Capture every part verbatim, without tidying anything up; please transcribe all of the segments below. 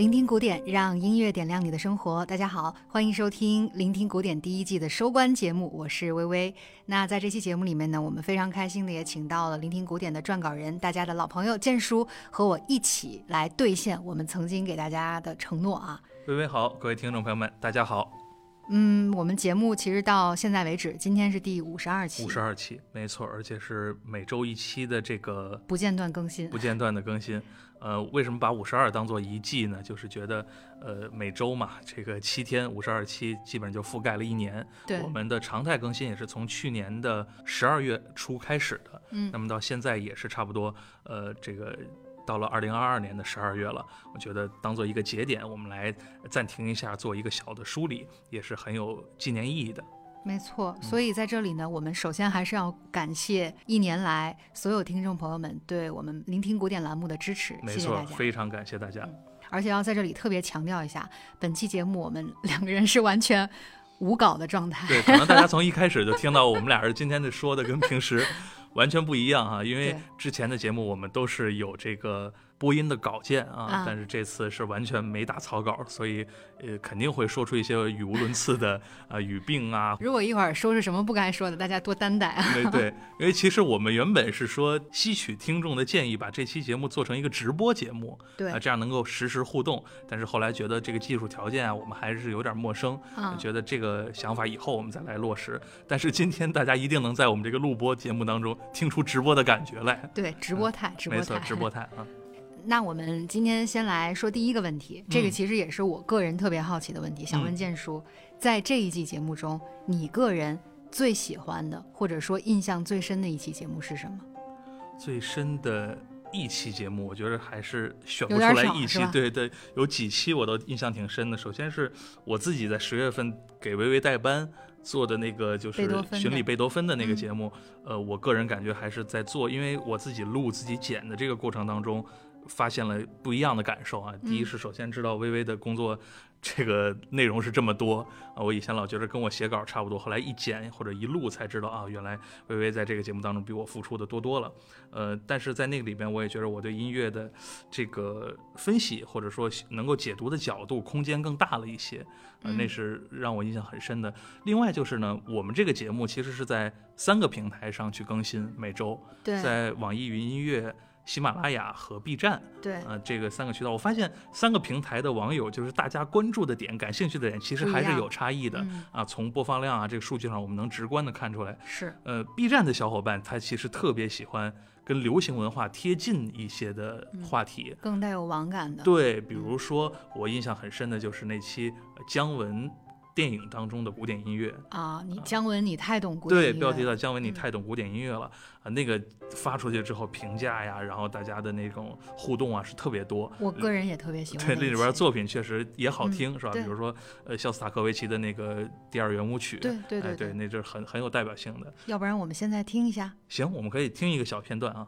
聆听古典，让音乐点亮你的生活。大家好，欢迎收听聆听古典第一季的收官节目，我是微微。那在这期节目里面呢，我们非常开心的也请到了聆听古典的撰稿人，大家的老朋友建叔，和我一起来兑现我们曾经给大家的承诺啊。 微微好，各位听众朋友们，大家好。 嗯，我们节目其实到现在为止，今天是第五十二期， 五十二期，没错，而且是每周一期的这个不间断更新， 不间断的更新。呃，为什么把五十二当做一季呢？就是觉得，呃，每周嘛，这个七天，五十二期，基本上就覆盖了一年。 对， 我们的常态更新也是从去年的十二月初开始的， 嗯， 那么到现在也是差不多，呃，这个。到了二零二二年的十二月了，我觉得当做一个节点，我们来暂停一下，做一个小的梳理，也是很有纪念意义的。 没错，所以在这里呢，我们首先还是要感谢一年来所有听众朋友们对我们聆听古典栏目的支持， 没错， 谢谢大家， 非常感谢大家。 嗯，而且要在这里特别强调一下，本期节目我们两个人是完全无稿的状态。 对，可能大家从一开始就听到我们俩人今天的说的跟平时完全不一样哈，因为之前的节目我们都是有这个播音的稿件啊， 啊但是这次是完全没打草稿，所以呃肯定会说出一些语无伦次的啊、呃、语病啊。 如果一会儿说是什么不该说的，大家多担待啊。 对对，因为其实我们原本是说吸取听众的建议，把这期节目做成一个直播节目， 对、 呃，这样能够实时互动。但是后来觉得这个技术条件啊，我们还是有点陌生， 啊、 觉得这个想法以后我们再来落实。但是今天大家一定能在我们这个录播节目当中听出直播的感觉来。 对，直播态，直播态， 没错，直播态啊。 那我们今天先来说第一个问题，这个其实也是我个人特别好奇的问题，嗯、想问建叔，在这一季节目中，你个人最喜欢的或者说印象最深的一期节目是什么？ 最深的一期节目，我觉得还是选不出来一期，对对，有几期我都印象挺深的。首先是我自己在十月份给微微代班做的那个就是巡礼贝多芬的那个节目，嗯、呃，我个人感觉还是在做，因为我自己录自己剪的这个过程当中，发现了不一样的感受啊。第一是首先知道微微的工作这个内容是这么多啊，我以前老觉得跟我写稿差不多，后来一剪或者一录才知道啊，原来微微在这个节目当中比我付出的多多了。呃，但是在那个里边，我也觉得我对音乐的这个分析或者说能够解读的角度空间更大了一些，呃，那是让我印象很深的。另外就是呢，我们这个节目其实是在三个平台上去更新，每周，在网易云音乐、喜马拉雅和 B 站， 对， 呃，这个三个渠道，我发现三个平台的网友就是大家关注的点、感兴趣的点，其实还是有差异的、嗯、啊。从播放量啊这个数据上，我们能直观的看出来。 是， 呃 ，B 站的小伙伴他其实特别喜欢跟流行文化贴近一些的话题， 嗯、更带有网感的。 对，比如说我印象很深的就是那期姜文电影当中的古典音乐啊，你姜文你太懂古典音乐， 对，标题叫姜文你太懂古典音乐了、嗯、啊，那个发出去之后评价呀，然后大家的那种互动啊是特别多， 我个人也特别喜欢。 对，那里边作品确实也好听、 嗯、 是吧？比如说呃肖斯塔科维奇的那个第二圆舞曲， 对对 对, 哎、对，那就是很很有代表性的。 要不然我们现在听一下？ 行，我们可以听一个小片段啊。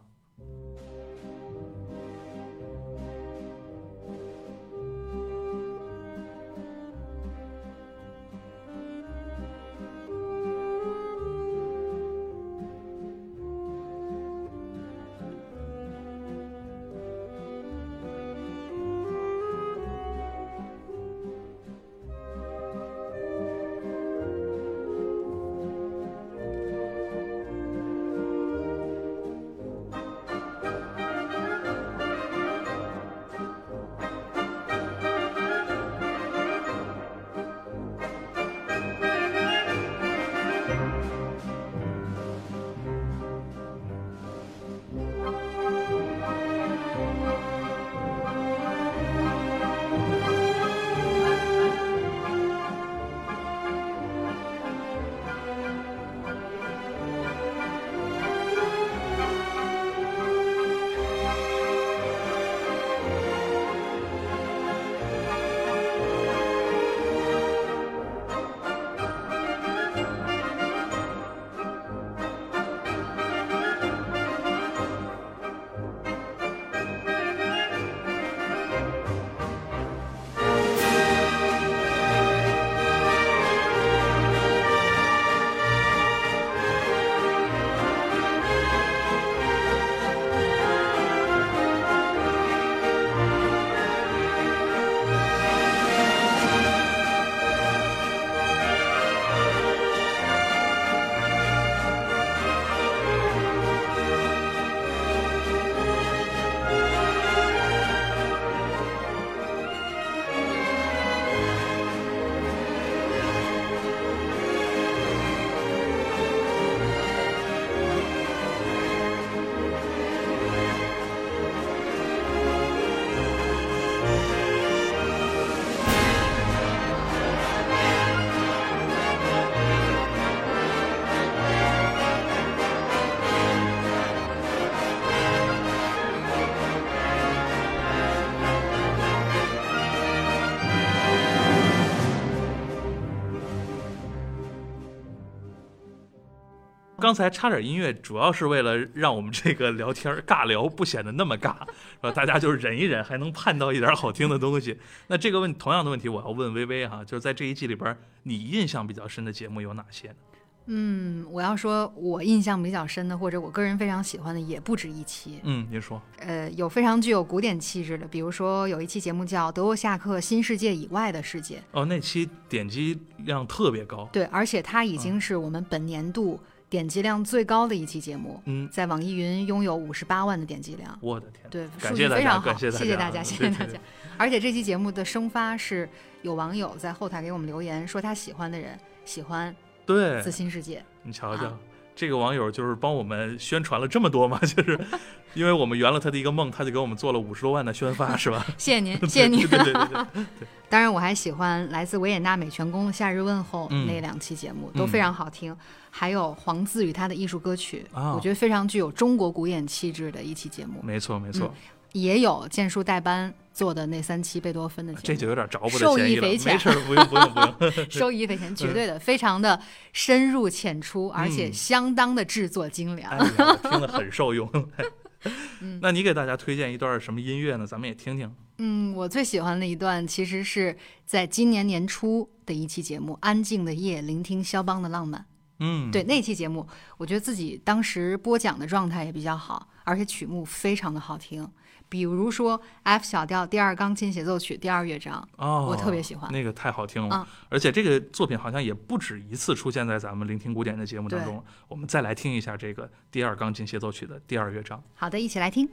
刚才插点音乐，主要是为了让我们这个聊天尬聊不显得那么尬，是吧？大家就是忍一忍，还能盼到一点好听的东西。那这个问同样的问题，我要问微微哈，就是在这一季里边，你印象比较深的节目有哪些呢？ 嗯，我要说我印象比较深的，或者我个人非常喜欢的，也不止一期。 嗯，您说。 呃，有非常具有古典气质的，比如说有一期节目叫《德沃夏克新世界以外的世界》。 哦，那期点击量特别高。 对，而且它已经是我们本年度点击量最高的一期节目。 嗯， 在网易云拥有五十八万的点击量。 我的天！ 对， 感谢大家，感谢大家，谢谢大家，谢谢大家。 对对对， 而且这期节目的生发是有网友在后台给我们留言说他喜欢的人喜欢对自新世界。 你瞧瞧、 啊， 这个网友就是帮我们宣传了这么多嘛，就是因为我们圆了他的一个梦，他就给我们做了五十多万的宣发，是吧？ 谢谢您，谢谢您。 对对对对对对。 当然，我还喜欢来自维也纳美泉宫的夏日问候、 嗯、 那两期节目，都非常好听。嗯、还有黄自与他的艺术歌曲、 啊， 我觉得非常具有中国古典气质的一期节目。 没错没错。 嗯，也有剑书代班做的那三期贝多芬的节目， 这就有点着不得受益匪浅， 没事，不用不用不用， 受益匪浅，绝对的，非常的深入浅出，而且相当的制作精良， 哎呀，听得很受用。 嗯， 那你给大家推荐一段什么音乐呢？咱们也听听。 嗯，我最喜欢的一段其实是在今年年初的一期节目《安静的夜，聆听肖邦的浪漫》。 嗯， 对，那期节目我觉得自己当时播讲的状态也比较好，而且曲目非常的好听。比如说 F 小调第二钢琴协奏曲第二乐章， 哦， 我特别喜欢， 那个太好听了、 嗯、 而且这个作品好像也不止一次出现在咱们聆听古典的节目当中。我们再来听一下这个第二钢琴协奏曲的第二乐章。 好的，一起来听。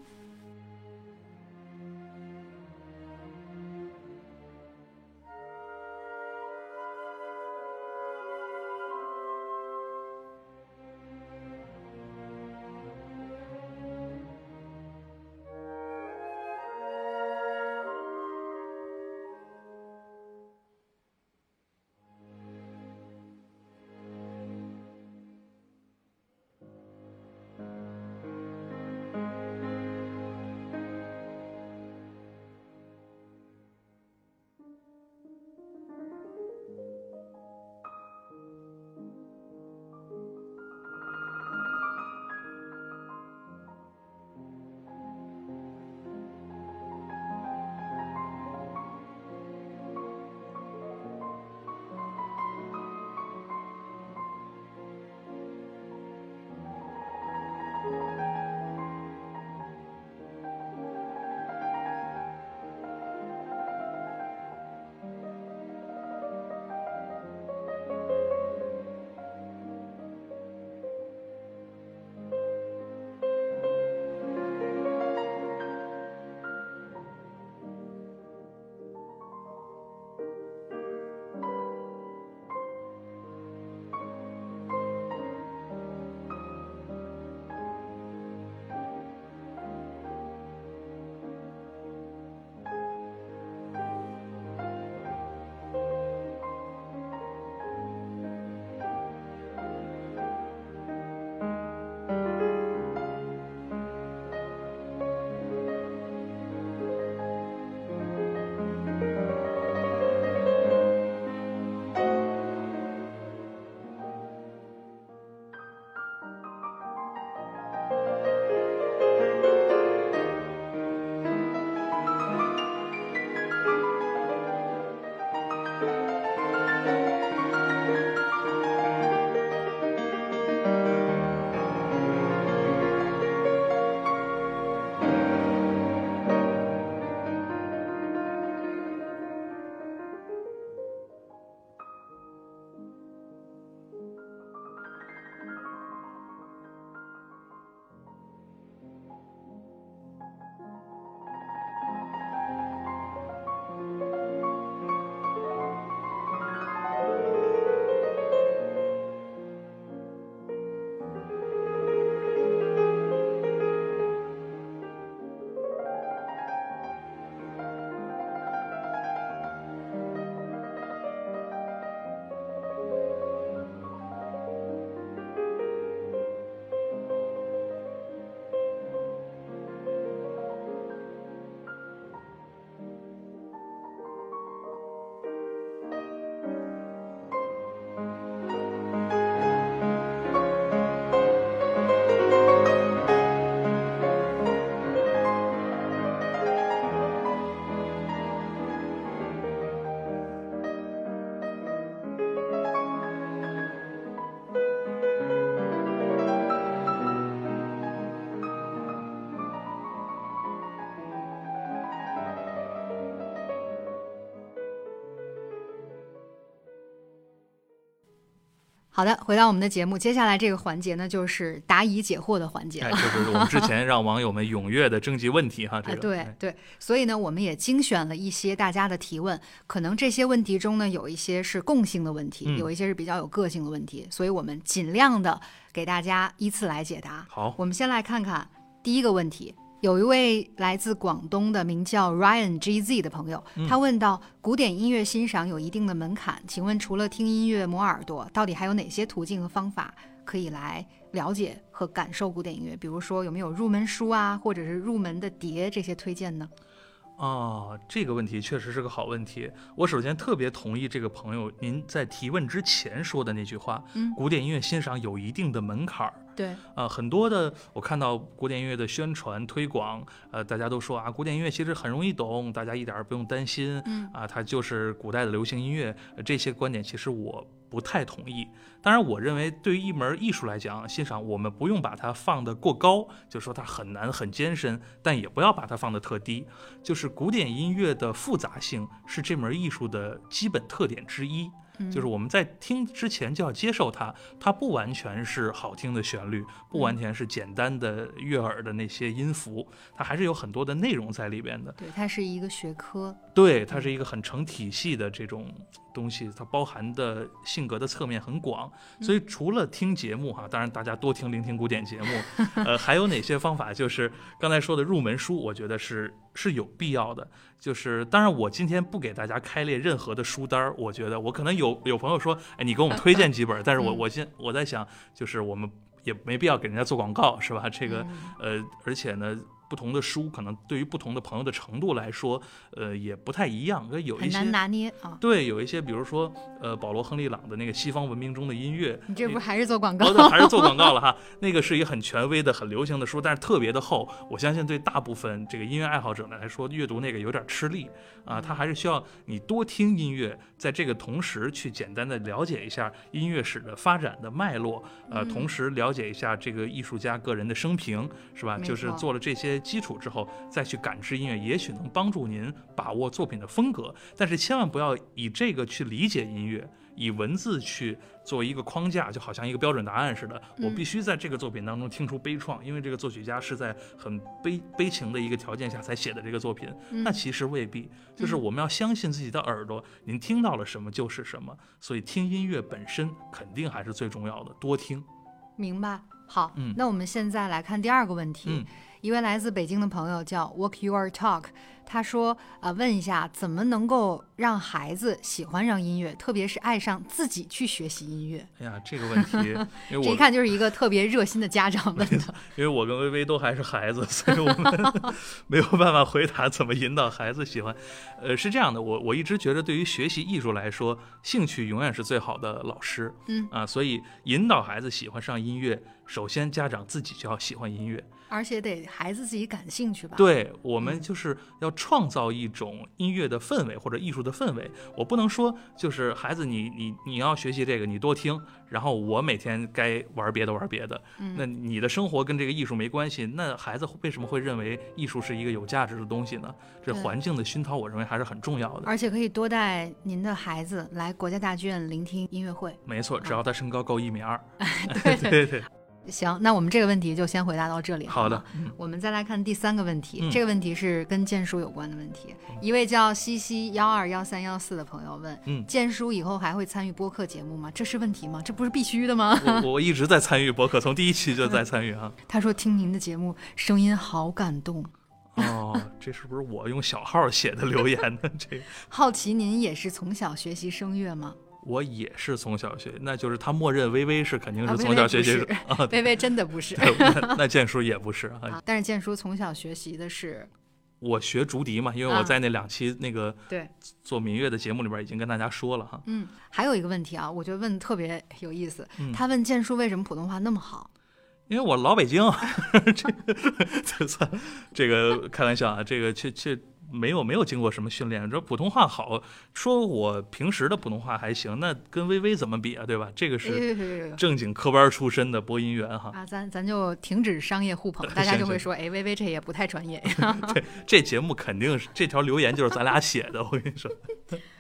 好的，回到我们的节目，接下来这个环节呢，就是答疑解惑的环节了。 哎，就是我们之前让网友们踊跃的征集问题哈，这个、 哎、对对，所以呢，我们也精选了一些大家的提问，可能这些问题中呢，有一些是共性的问题， 嗯、 有一些是比较有个性的问题，所以我们尽量的给大家依次来解答。 好， 我们先来看看第一个问题。有一位来自广东的名叫 Ryan G Z 的朋友，他问到，古典音乐欣赏有一定的门槛，请问除了听音乐磨耳朵，到底还有哪些途径和方法可以来了解和感受古典音乐？比如说有没有入门书啊，或者是入门的碟这些推荐呢？ 哦，这个问题确实是个好问题。我首先特别同意这个朋友您在提问之前说的那句话， 嗯， 古典音乐欣赏有一定的门槛儿。 对啊、呃，很多的我看到古典音乐的宣传推广，呃，大家都说啊，古典音乐其实很容易懂，大家一点儿不用担心， 嗯啊，它就是古代的流行音乐。呃、这些观点其实我不太同意。当然，我认为对于一门艺术来讲，欣赏我们不用把它放得过高，就说它很难很艰深，但也不要把它放得特低。就是古典音乐的复杂性是这门艺术的基本特点之一。就是我们在听之前就要接受它，它不完全是好听的旋律，不完全是简单的悦耳的那些音符，它还是有很多的内容在里边的。 对，它是一个学科。 对，它是一个很成体系的这种东西，它包含的性格的侧面很广。所以除了听节目哈，当然大家多听聆听古典节目，呃，还有哪些方法？就是刚才说的入门书，我觉得是是有必要的。就是当然，我今天不给大家开列任何的书单，我觉得我可能有有朋友说，哎，你给我们推荐几本，但是我我现我在想，就是我们也没必要给人家做广告，是吧？这个呃，而且呢，不同的书可能对于不同的朋友的程度来说，呃，也不太一样。有一些很难拿捏啊。 对，有一些，比如说，呃，保罗·亨利·朗的那个《西方文明中的音乐》， 你这不还是做广告？ 哦，还是做广告了哈。那个是一个很权威的、很流行的书，但是特别的厚。我相信对大部分这个音乐爱好者来说，阅读那个有点吃力啊。他还是需要你多听音乐，在这个同时去简单的了解一下音乐史的发展的脉络，呃，同时了解一下这个艺术家个人的生平，是吧？就是做了这些基础之后，再去感知音乐，也许能帮助您把握作品的风格。但是千万不要以这个去理解音乐，以文字去作为一个框架，就好像一个标准答案似的。我必须在这个作品当中听出悲怆，因为这个作曲家是在很悲悲情的一个条件下才写的这个作品。那其实未必，就是我们要相信自己的耳朵，您听到了什么就是什么。所以听音乐本身肯定还是最重要的，多听。 明白。好， 嗯， 那我们现在来看第二个问题。 嗯， 一位来自北京的朋友叫 Walk Your Talk， 他说，呃，问一下，怎么能够让孩子喜欢上音乐，特别是爱上自己去学习音乐？ 哎呀，这个问题，因为我这一看就是一个特别热心的家长问的。 因为我跟微微都还是孩子，所以我们没有办法回答怎么引导孩子喜欢。呃，是这样的，我我一直觉得，对于学习艺术来说，兴趣永远是最好的老师。 嗯啊，所以引导孩子喜欢上音乐，首先家长自己就要喜欢音乐。 而且得孩子自己感兴趣吧？ 对，我们就是要创造一种音乐的氛围或者艺术的氛围。我不能说就是孩子你你你要学习这个你多听，然后我每天该玩别的玩别的。 嗯， 那你的生活跟这个艺术没关系，那孩子为什么会认为艺术是一个有价值的东西呢？这环境的熏陶，我认为还是很重要的。 而且可以多带您的孩子来国家大剧院聆听音乐会。 没错，只要他身高够一米二。 对对对对。 行，那我们这个问题就先回答到这里。 好的， 嗯、我们再来看第三个问题、 嗯。 这个问题是跟剑叔有关的问题。嗯、一位叫西西幺二幺三幺四的朋友问：嗯，剑叔以后还会参与播客节目吗？这是问题吗？这不是必须的吗？ 我我一直在参与播客，从第一期就在参与啊。 他说听您的节目，声音好感动。 哦，这是不是我用小号写的留言呢？这好奇您也是从小学习声乐吗？ 我也是从小学，那就是他默认微微是肯定是从小学习啊，微微真的不是， 那, 那剑叔也不是 啊, 啊。但是剑叔从小学习的是， 我学竹笛嘛，因为我在那两期那个对做民乐的节目里边已经跟大家说了哈。 嗯，还有一个问题啊，我觉得问的特别有意思， 嗯、 他问剑叔为什么普通话那么好？ 因为我老北京，这个这个开玩笑啊，这个去去。没有没有经过什么训练，这普通话好，说我平时的普通话还行，那跟微微怎么比啊，对吧？这个是正经科班出身的播音员哈。 啊，咱咱就停止商业互捧，大家就会说，哎，微微这也不太专业。 对，这节目肯定是这条留言就是咱俩写的，我跟你说。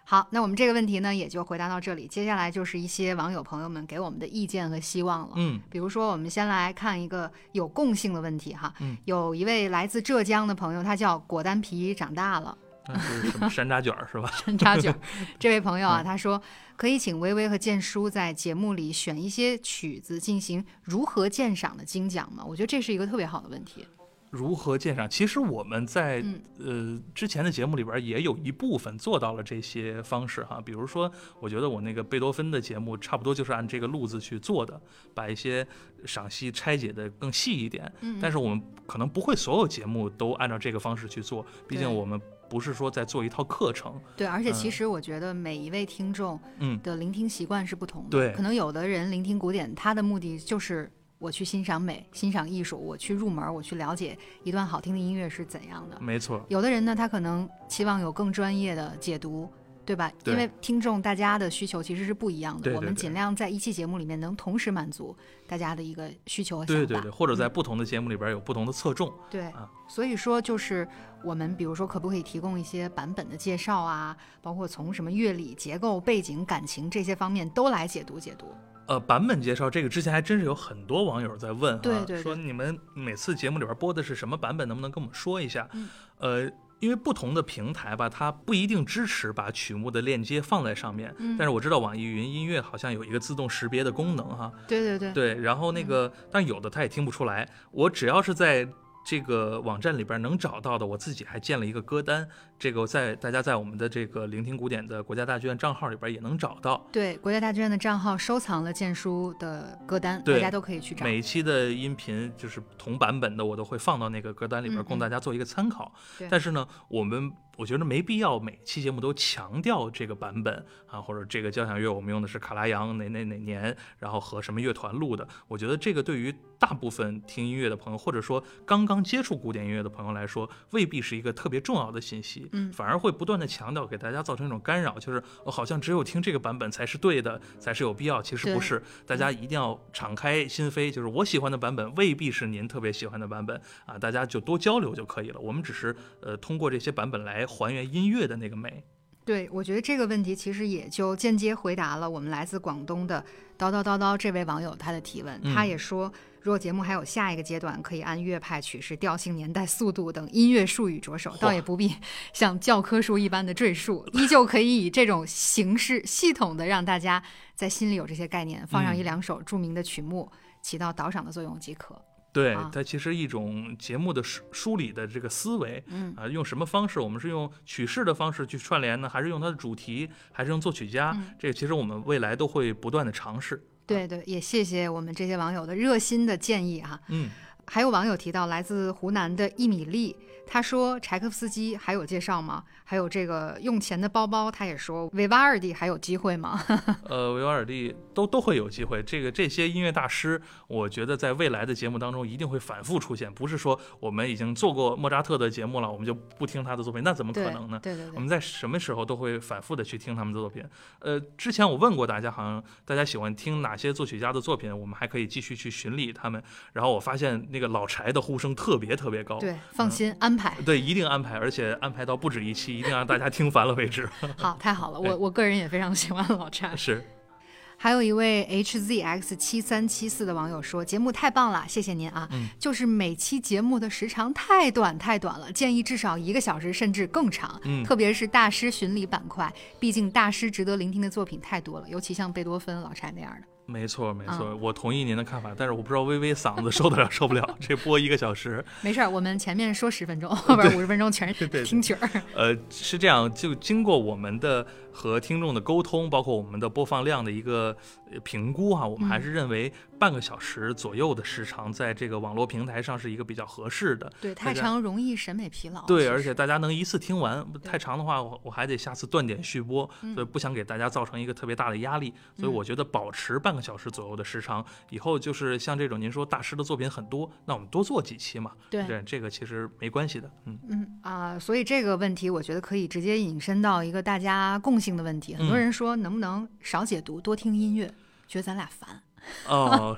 好，那我们这个问题呢也就回答到这里，接下来就是一些网友朋友们给我们的意见和希望了。 嗯， 比如说我们先来看一个有共性的问题哈， 嗯， 有一位来自浙江的朋友，他叫果丹皮长大了。 那是什么山楂卷是吧？ 山楂卷。这位朋友啊，他说可以请微微和建叔在节目里选一些曲子进行如何鉴赏的精讲吗？我觉得这是一个特别好的问题。 如何鉴赏？其实我们在、 嗯、 呃之前的节目里边也有一部分做到了这些方式哈，比如说，我觉得我那个贝多芬的节目差不多就是按这个路子去做的，把一些赏析拆解的更细一点。 嗯， 但是我们可能不会所有节目都按照这个方式去做，毕竟我们不是说在做一套课程。 对，而且其实我觉得每一位听众的聆听习惯是不同的。 对、 嗯，可能有的人聆听古典，他的目的就是我去欣赏美，欣赏艺术，我去入门，我去了解一段好听的音乐是怎样的。 没错。 有的人呢，他可能期望有更专业的解读，对吧？ 对， 因为听众大家的需求其实是不一样的。 对对对， 我们尽量在一期节目里面能同时满足大家的一个需求和想法。 对对对，或者在不同的节目里边有不同的侧重。 嗯、对、 啊， 所以说就是我们比如说可不可以提供一些版本的介绍啊，包括从什么乐理、结构、背景、感情这些方面都来解读解读。 呃，版本介绍这个之前还真是有很多网友在问， 对对对， 说你们每次节目里边播的是什么版本，能不能跟我们说一下？ 嗯、 呃，因为不同的平台吧，它不一定支持把曲目的链接放在上面， 嗯、 但是我知道网易云音乐好像有一个自动识别的功能哈。 对对对对，然后那个，嗯、但有的它也听不出来，我只要是在这个网站里边能找到的，我自己还建了一个歌单，这个在大家在我们的这个聆听古典的国家大剧院账号里边也能找到。 对，国家大剧院的账号收藏了建书的歌单，大家都可以去找。 每一期的音频就是同版本的，我都会放到那个歌单里边，供大家做一个参考。 嗯、 但是呢，我们我觉得没必要每期节目都强调这个版本啊，或者这个交响乐我们用的是卡拉扬哪哪哪年，然后和什么乐团录的。我觉得这个对于大部分听音乐的朋友，或者说刚刚接触古典音乐的朋友来说，未必是一个特别重要的信息， 嗯， 反而会不断的强调，给大家造成一种干扰，就是我、哦、好像只有听这个版本才是对的，才是有必要。其实不是，大家一定要敞开心扉，就是我喜欢的版本未必是您特别喜欢的版本啊，大家就多交流就可以了。我们只是呃通过这些版本来还原音乐的那个美。 对，我觉得这个问题其实也就间接回答了我们来自广东的叨叨叨叨这位网友他的提问。 嗯、 他也说，如果节目还有下一个阶段，可以按乐派、曲式、调性、年代、速度等音乐术语着手，倒也不必像教科书一般的赘述，依旧可以以这种形式系统的让大家在心里有这些概念，放上一两首著名的曲目，嗯、起到导赏的作用即可。 对，它其实一种节目的梳理的这个思维， 嗯啊，用什么方式？我们是用曲式的方式去串联呢，还是用它的主题，还是用作曲家？ 嗯、 这个其实我们未来都会不断的尝试。 对对，也谢谢我们这些网友的热心的建议哈。 嗯， 还有网友提到来自湖南的一米粒，他说柴可夫斯基还有介绍吗？还有这个用钱的包包，他也说维瓦尔第还有机会吗？ 呃，维瓦尔第都都会有机会。这个这些音乐大师，我觉得在未来的节目当中一定会反复出现。不是说我们已经做过莫扎特的节目了，我们就不听他的作品，那怎么可能呢？ 对对对对， 我们在什么时候都会反复的去听他们的作品。呃，之前我问过大家，好像大家喜欢听哪些作曲家的作品，我们还可以继续去巡礼他们。然后我发现那个老柴的呼声特别特别高。 对，放心、嗯、安排。 对，一定安排，而且安排到不止一期，一定让大家听烦了为止。 好，太好了，我我个人也非常喜欢老柴。 是。 还有一位 H Z X 七三七四的网友说，节目太棒了，谢谢您啊、 嗯、 就是每期节目的时长太短太短了，建议至少一个小时甚至更长、 嗯、 特别是大师巡礼板块，毕竟大师值得聆听的作品太多了，尤其像贝多芬、老柴那样的。 没错没错、 嗯、 我同意您的看法，但是我不知道微微嗓子受得了受不了这播一个小时。 没事，我们前面说十分钟，后边五十分钟全是听曲儿。 呃，是这样，就经过我们的和听众的沟通，包括我们的播放量的一个评估哈，我们还是认为半个小时左右的时长在这个网络平台上是一个比较合适的。 对，太长容易审美疲劳。 对，而且大家能一次听完，太长的话我我还得下次断点续播，所以不想给大家造成一个特别大的压力、嗯、所以我觉得保持半个小时左右的时长，以后就是像这种您说大师的作品很多，那我们多做几期嘛。 对， 对，这个其实没关系的。嗯嗯啊、呃，所以这个问题我觉得可以直接引申到一个大家共性的问题，很多人说能不能少解读多听音乐，觉得咱俩烦。 哦是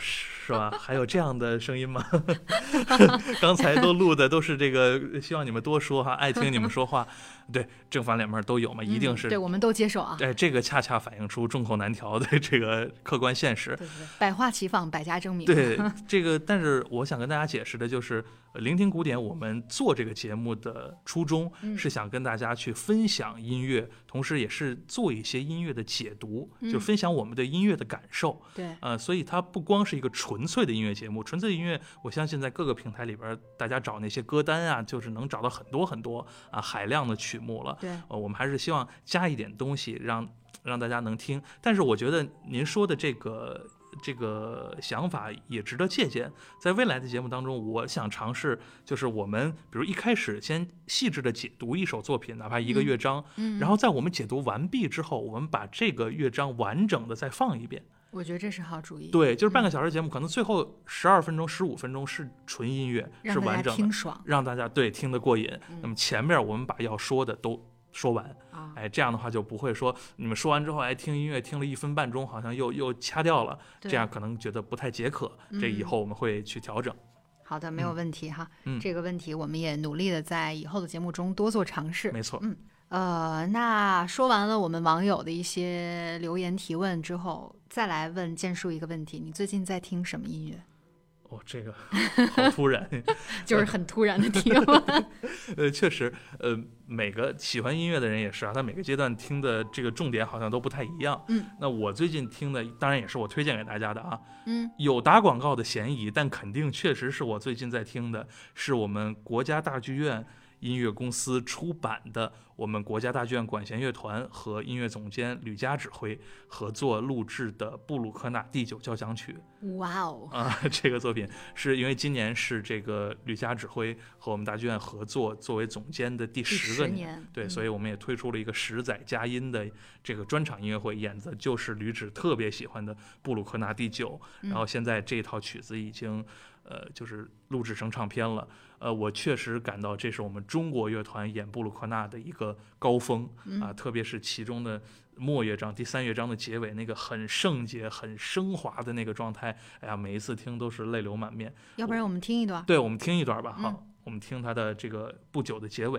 是吧？还有这样的声音吗？刚才都录的都是这个，希望你们多说哈，爱听你们说话。对，正反两面都有嘛，一定是、 嗯、对，我们都接受啊。 哎，这个恰恰反映出众口难调的这个客观现实。 对对对，百花齐放，百家争鸣。 对，这个，但是我想跟大家解释的就是，聆听古典，我们做这个节目的初衷是想跟大家去分享音乐，嗯、同时也是做一些音乐的解读，嗯、就分享我们对音乐的感受。 对， 呃，所以它不光是一个纯粹的音乐节目，纯粹的音乐，我相信在各个平台里边，大家找那些歌单啊，就是能找到很多很多啊海量的曲目了。 对， 呃，我们还是希望加一点东西，让让大家能听。但是我觉得您说的这个这个想法也值得借鉴。在未来的节目当中，我想尝试，就是我们比如一开始先细致的解读一首作品，哪怕一个乐章， 嗯嗯、 然后在我们解读完毕之后，我们把这个乐章完整的再放一遍。 我觉得这是好主意。 对，就是半个小时节目，嗯、可能最后十二分钟、十五分钟是纯音乐，是完整的， 听爽， 让大家对听得过瘾。 嗯、 那么前面我们把要说的都说完， 啊、 哎，这样的话就不会说你们说完之后，哎，听音乐听了一分半钟，好像又又掐掉了，这样可能觉得不太解渴。这以后我们会去调整。 好的，没有问题哈。 嗯， 这个问题我们也努力的在以后的节目中多做尝试。 没错。 嗯。呃，那说完了我们网友的一些留言提问之后，再来问建树一个问题：你最近在听什么音乐？ 哦，这个好突然， 就是很突然的提问。 呃，确实，呃，每个喜欢音乐的人也是啊，他每个阶段听的这个重点好像都不太一样。 嗯， 那我最近听的，当然也是我推荐给大家的啊。 嗯， 有打广告的嫌疑，但肯定确实是我最近在听的，是我们国家大剧院音乐公司出版的我们国家大剧院管弦乐团和音乐总监吕嘉指挥合作录制的布鲁克纳第九交响曲。 哇哦！ 啊，这个作品是因为今年是这个吕嘉指挥和我们大剧院合作作为总监的第十个年， 对， 嗯、 所以我们也推出了一个十载佳音的这个专场音乐会，演的就是吕指特别喜欢的布鲁克纳第九。 嗯、然后现在这套曲子已经呃就是录制成唱片了。呃，我确实感到这是我们中国乐团演布鲁克纳的一个高峰、 嗯、 啊，特别是其中的末乐章、第三乐章的结尾那个很圣洁、很升华的那个状态，哎呀，每一次听都是泪流满面。 要不然我们听一段？ 对，我们听一段吧。好， 嗯、 我们听它的这个不久的结尾。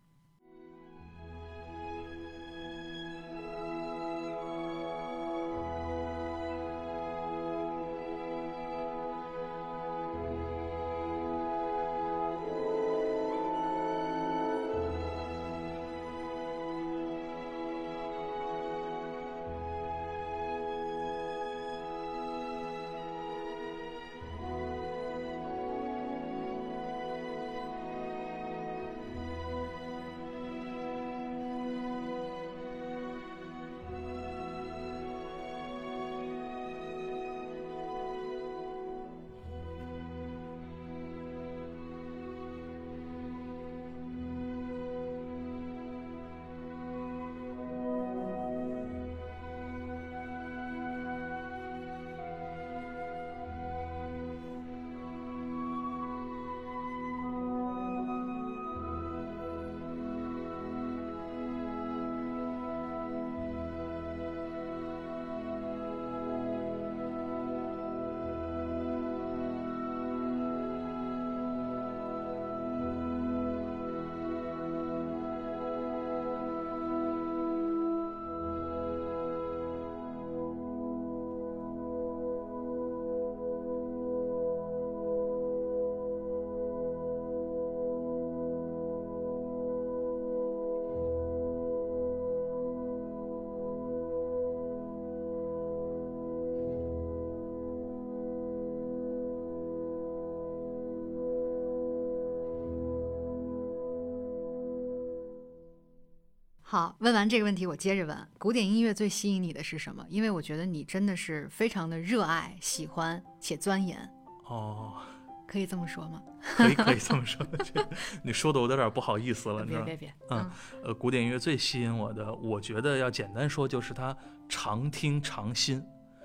好，问完这个问题，我接着问：古典音乐最吸引你的是什么？因为我觉得你真的是非常的热爱、喜欢且钻研。 哦， 可以这么说吗？ 可以，可以这么说。你说的我有点不好意思了，你知道吗？ 别别别， 嗯，呃，古典音乐最吸引我的，我觉得要简单说，就是它常听常新。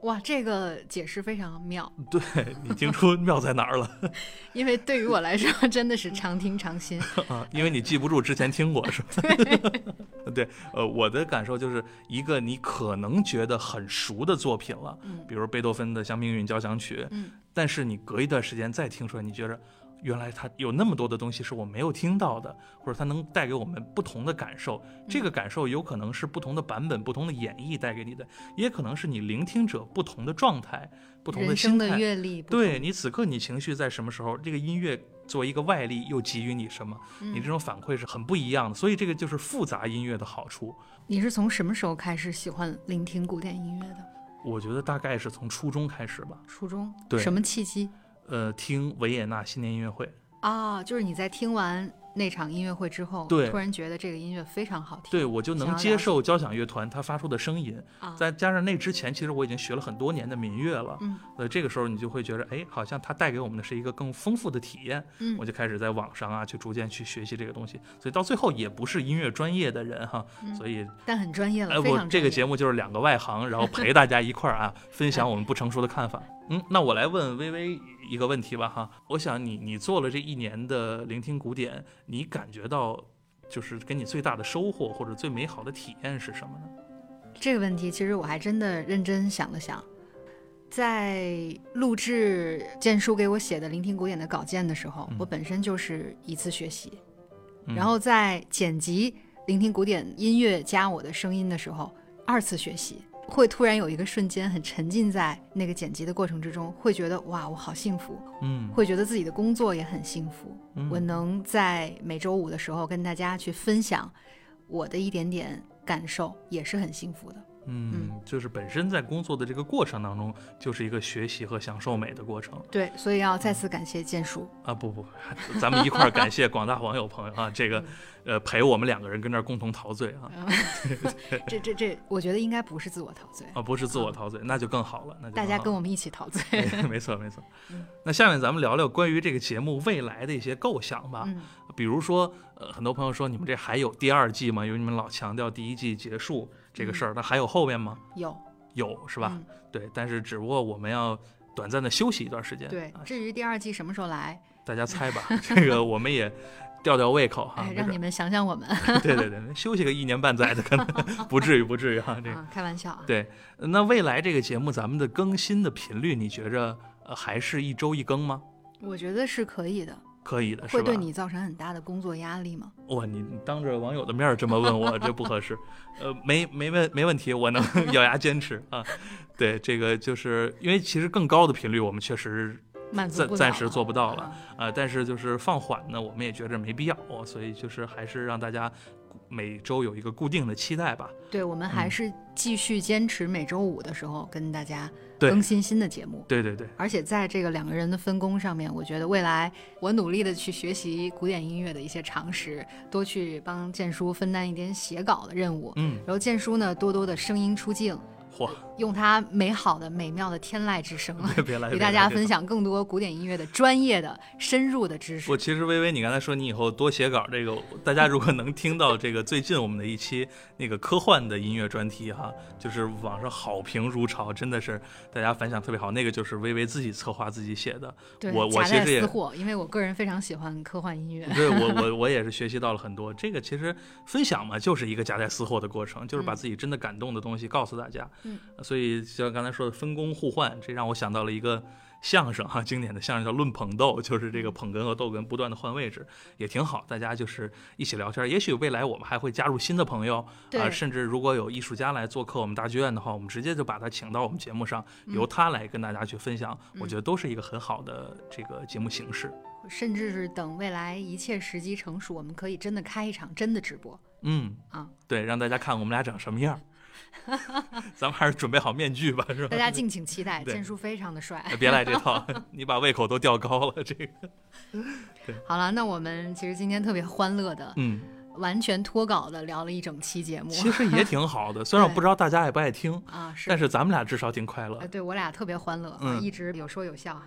哇，这个解释非常妙。 对，你听出妙在哪儿了？ 因为对于我来说真的是常听常新啊，因为你记不住之前听过是吧？ 对对，呃，我的感受就是一个你可能觉得很熟的作品了， 嗯、 比如贝多芬的像命运交响曲， 嗯， 但是你隔一段时间再听出来，你觉得原来它有那么多的东西是我没有听到的，或者它能带给我们不同的感受。这个感受有可能是不同的版本、不同的演绎带给你的，也可能是你聆听者不同的状态、不同的心态、 人生的阅历。 对，你此刻你情绪在什么时候，这个音乐作为一个外力又给予你什么， 嗯、 你这种反馈是很不一样的。所以这个就是复杂音乐的好处。 你是从什么时候开始喜欢聆听古典音乐的？ 我觉得大概是从初中开始吧。 初中？ 对。 什么契机？ 呃，听维也纳新年音乐会。 啊，就是你在听完那场音乐会之后， 对， 突然觉得这个音乐非常好听， 对，我就能接受交响乐团它发出的声音， 啊、 再加上那之前其实我已经学了很多年的民乐了， 嗯， 呃，这个时候你就会觉得，哎，好像它带给我们的是一个更丰富的体验， 嗯， 我就开始在网上啊去逐渐去学习这个东西，所以到最后也不是音乐专业的人哈， 嗯、 所以但很专业了， 哎， 非常专业。 我这个节目就是两个外行，然后陪大家一块儿啊分享我们不成熟的看法。嗯，那我来问微微一个问题吧哈，我想你你做了这一年的聆听古典，你感觉到就是给你最大的收获或者最美好的体验是什么呢？ 这个问题其实我还真的认真想了想，在录制建叔给我写的聆听古典的稿件的时候、嗯、我本身就是一次学习、嗯、然后在剪辑聆听古典音乐加我的声音的时候二次学习，会突然有一个瞬间很沉浸在那个剪辑的过程之中，会觉得哇我好幸福， 嗯， 会觉得自己的工作也很幸福、嗯、我能在每周五的时候跟大家去分享我的一点点感受，也是很幸福的。 嗯, 嗯，就是本身在工作的这个过程当中就是一个学习和享受美的过程。 对，所以要再次感谢建叔、 嗯、啊不不咱们一块儿感谢广大网友朋友啊这个呃陪我们两个人跟这儿共同陶醉啊、嗯、 这这这我觉得应该不是自我陶醉啊，不是自我陶醉、嗯、那就更好了，那就大家跟我们一起陶醉没错没错、嗯、那下面咱们聊聊关于这个节目未来的一些构想吧、 嗯、 比如说呃，很多朋友说你们这还有第二季吗？因为你们老强调第一季结束这个事儿，那、嗯、还有后边吗？ 有有是吧、 嗯、 对，但是只不过我们要短暂的休息一段时间。 对，至于第二季什么时候来， 大家猜吧这个我们也吊吊胃口哈、 哎，让你们想想我们对对对，休息个一年半载的可能不至于不至于哈、这个啊，开玩笑啊。 对，那未来这个节目咱们的更新的频率你觉着、呃、还是一周一更吗？ 我觉得是可以的。 可以的， 会对你造成很大的工作压力吗？ 哇，你当着网友的面这么问我，这不合适。呃，没没问没问题，我能咬牙坚持啊。对，这个就是因为其实更高的频率我们确实暂暂时做不到了啊、呃，但是就是放缓呢，我们也觉着没必要，所以就是还是让大家每周有一个固定的期待吧。 对，我们还是继续坚持每周五的时候跟大家更新新的节目。 对对对， 而且在这个两个人的分工上面，我觉得未来我努力的去学习古典音乐的一些常识，多去帮建叔分担一点写稿的任务。 嗯， 然后建叔呢，多多的声音出镜。用他美好的美妙的天籁之声给大家分享更多古典音乐的专业的深入的知识。 我其实微微你刚才说你以后多写稿，这个大家如果能听到这个最近我们的一期那个科幻的音乐专题哈，就是网上好评如潮，真的是大家反响特别好，那个就是微微自己策划自己写的。 对， 我我其实也夹带私货，因为我个人非常喜欢科幻音乐。 对，我我我也是学习到了很多。这个其实分享嘛，就是一个夹带私货的过程，就是把自己真的感动的东西告诉大家。 嗯， 所以像刚才说的分工互换，这让我想到了一个相声哈，经典的相声叫论捧逗，就是这个捧哏和逗哏不断的换位置，也挺好，大家就是一起聊天。也许未来我们还会加入新的朋友啊、呃，甚至如果有艺术家来做客我们大剧院的话，我们直接就把他请到我们节目上，由他来跟大家去分享、嗯、我觉得都是一个很好的这个节目形式。 甚至是等未来一切时机成熟，我们可以真的开一场真的直播。 嗯啊， 对，让大家看我们俩长什么样。咱们还是准备好面具吧，是吧？ 大家敬请期待，建叔非常的帅。 别来这套，你把胃口都吊高了。这个，对， 好了，那我们其实今天特别欢乐的， 嗯， 完全脱稿的聊了一整期节目， 其实也挺好的。虽然我不知道大家爱不爱听啊，是， 但是咱们俩至少挺快乐。 呃、对我俩特别欢乐，嗯，一直有说有笑哈。 对，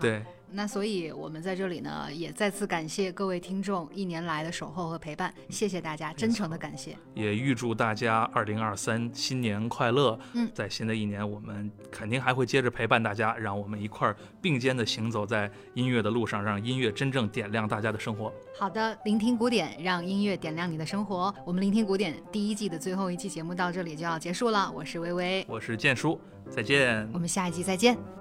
那所以我们在这里呢，也再次感谢各位听众一年来的守候和陪伴，谢谢大家，真诚的感谢。 也预祝大家二零二三新年快乐。 嗯， 在新的一年，我们肯定还会接着陪伴大家，让我们一块儿并肩的行走在音乐的路上，让音乐真正点亮大家的生活。 好的，聆听古典，让音乐点亮你的生活。我们聆听古典第一季的最后一期节目到这里就要结束了，我是微微， 我是建叔，再见， 我们下一季再见。